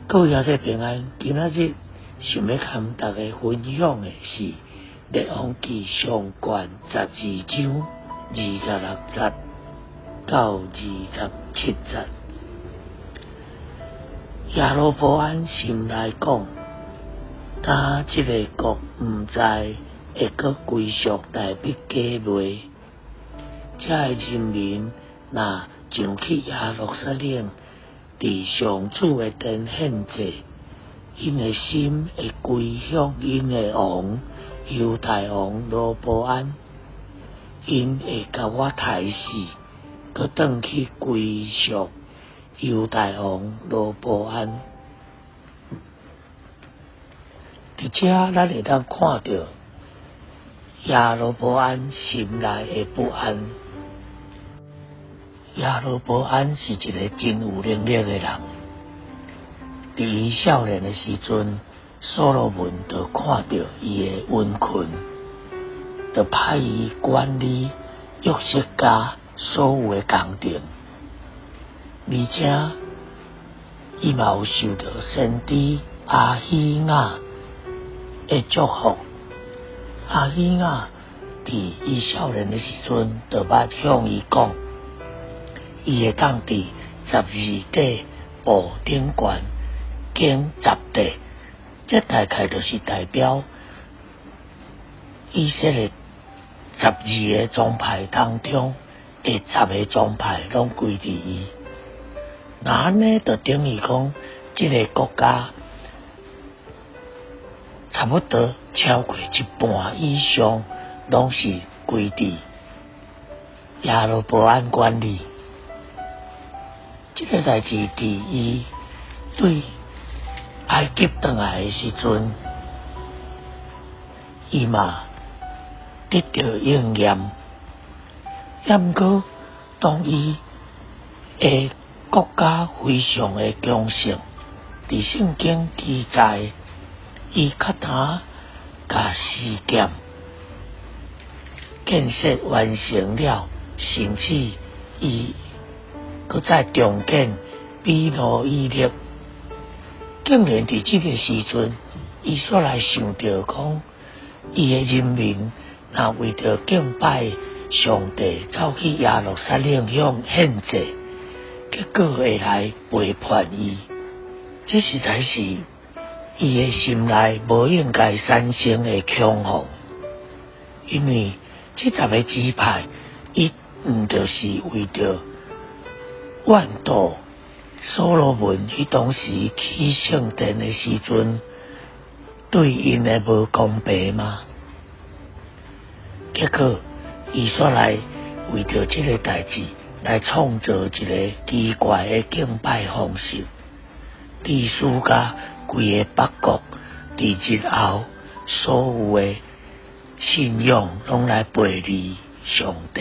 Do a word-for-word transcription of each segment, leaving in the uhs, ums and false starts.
各位兄弟平安，今仔日想要跟大家分享的是《列王纪上卷十二章二十六节到二十七节。耶罗波安心内讲，他这个国毋知会阁归属大必家袂，这个人民若上去耶路撒冷，伫上主的殿献祭，因的心会归向因的王犹大王罗波安，因会甲我杀死，佮转去归属犹大王罗波安。伫遮咱会当看到耶罗波安心内的不安。耶罗波安是一个真有能力的人，伫伊少年的时阵，所罗门就看到伊的温困，就派伊管理约瑟家所有的工程，而且伊嘛有受到先知阿希雅的祝福。阿希雅伫伊少年的时阵，就捌向伊讲，伊会当伫十二底布顶悬建十地，这大概就是代表以色列十二个宗派当中，诶十个宗派拢归伫伊。那安尼就等于讲，这个国家差不多超过一半以上，拢是归伫耶罗波安管理。这个代志伫伊对埃及转来的时阵，伊嘛得到应验。也毋过，当伊的国家非常的强盛，伫圣经记载，伊较呾甲事件建设完成了，甚至伊搁再重建比罗伊勒，竟然伫这个时阵，伊煞来想到讲，伊的人民若为着敬拜上帝，走去耶路撒冷向献祭，结果会来背叛伊，这实在是伊的心内无应该产生的恐慌，因为这十个支派，伊毋就是为着万道所罗门迄当时起圣殿的时阵，对因的无公平吗？结果伊煞来为着这个代志来创造一个奇怪的敬拜方式，历史甲规个北国伫日后所有的信仰拢来背离上帝。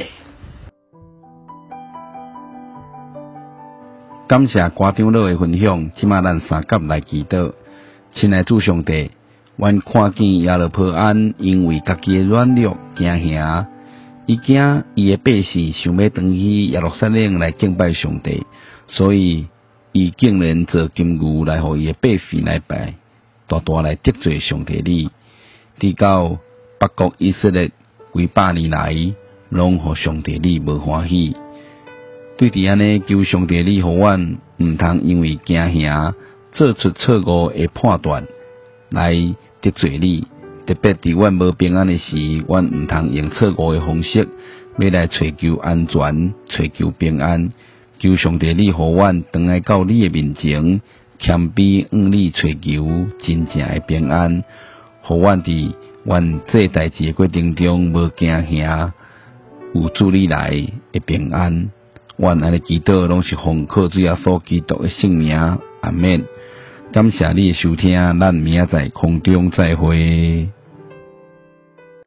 感谢歌长老的分享，即马咱三甲来祈祷。亲爱主上帝，阮看见耶罗波安因为家己的软弱惊吓，伊惊伊的百姓想要转去耶路撒冷来敬拜上帝，所以伊竟然做金牛来互伊的百姓来拜，大大来得罪上帝你。直到北国以色列几百年来，拢互上帝你无欢喜。对伫安尼，求上帝你互阮毋通因为惊吓做出错误的判断来得罪你。特别伫阮无平安的时，阮毋通用错误的方式要来追求安全、追求平安。求上帝你互阮转来到你的面前，谦卑向你追求真正的平安，互阮伫阮做代志的过程中无惊吓，有主你来的平安。阮安尼祈祷，拢是奉靠主耶稣基督的圣名，阿们。感谢你的收听，咱明仔载空中再会。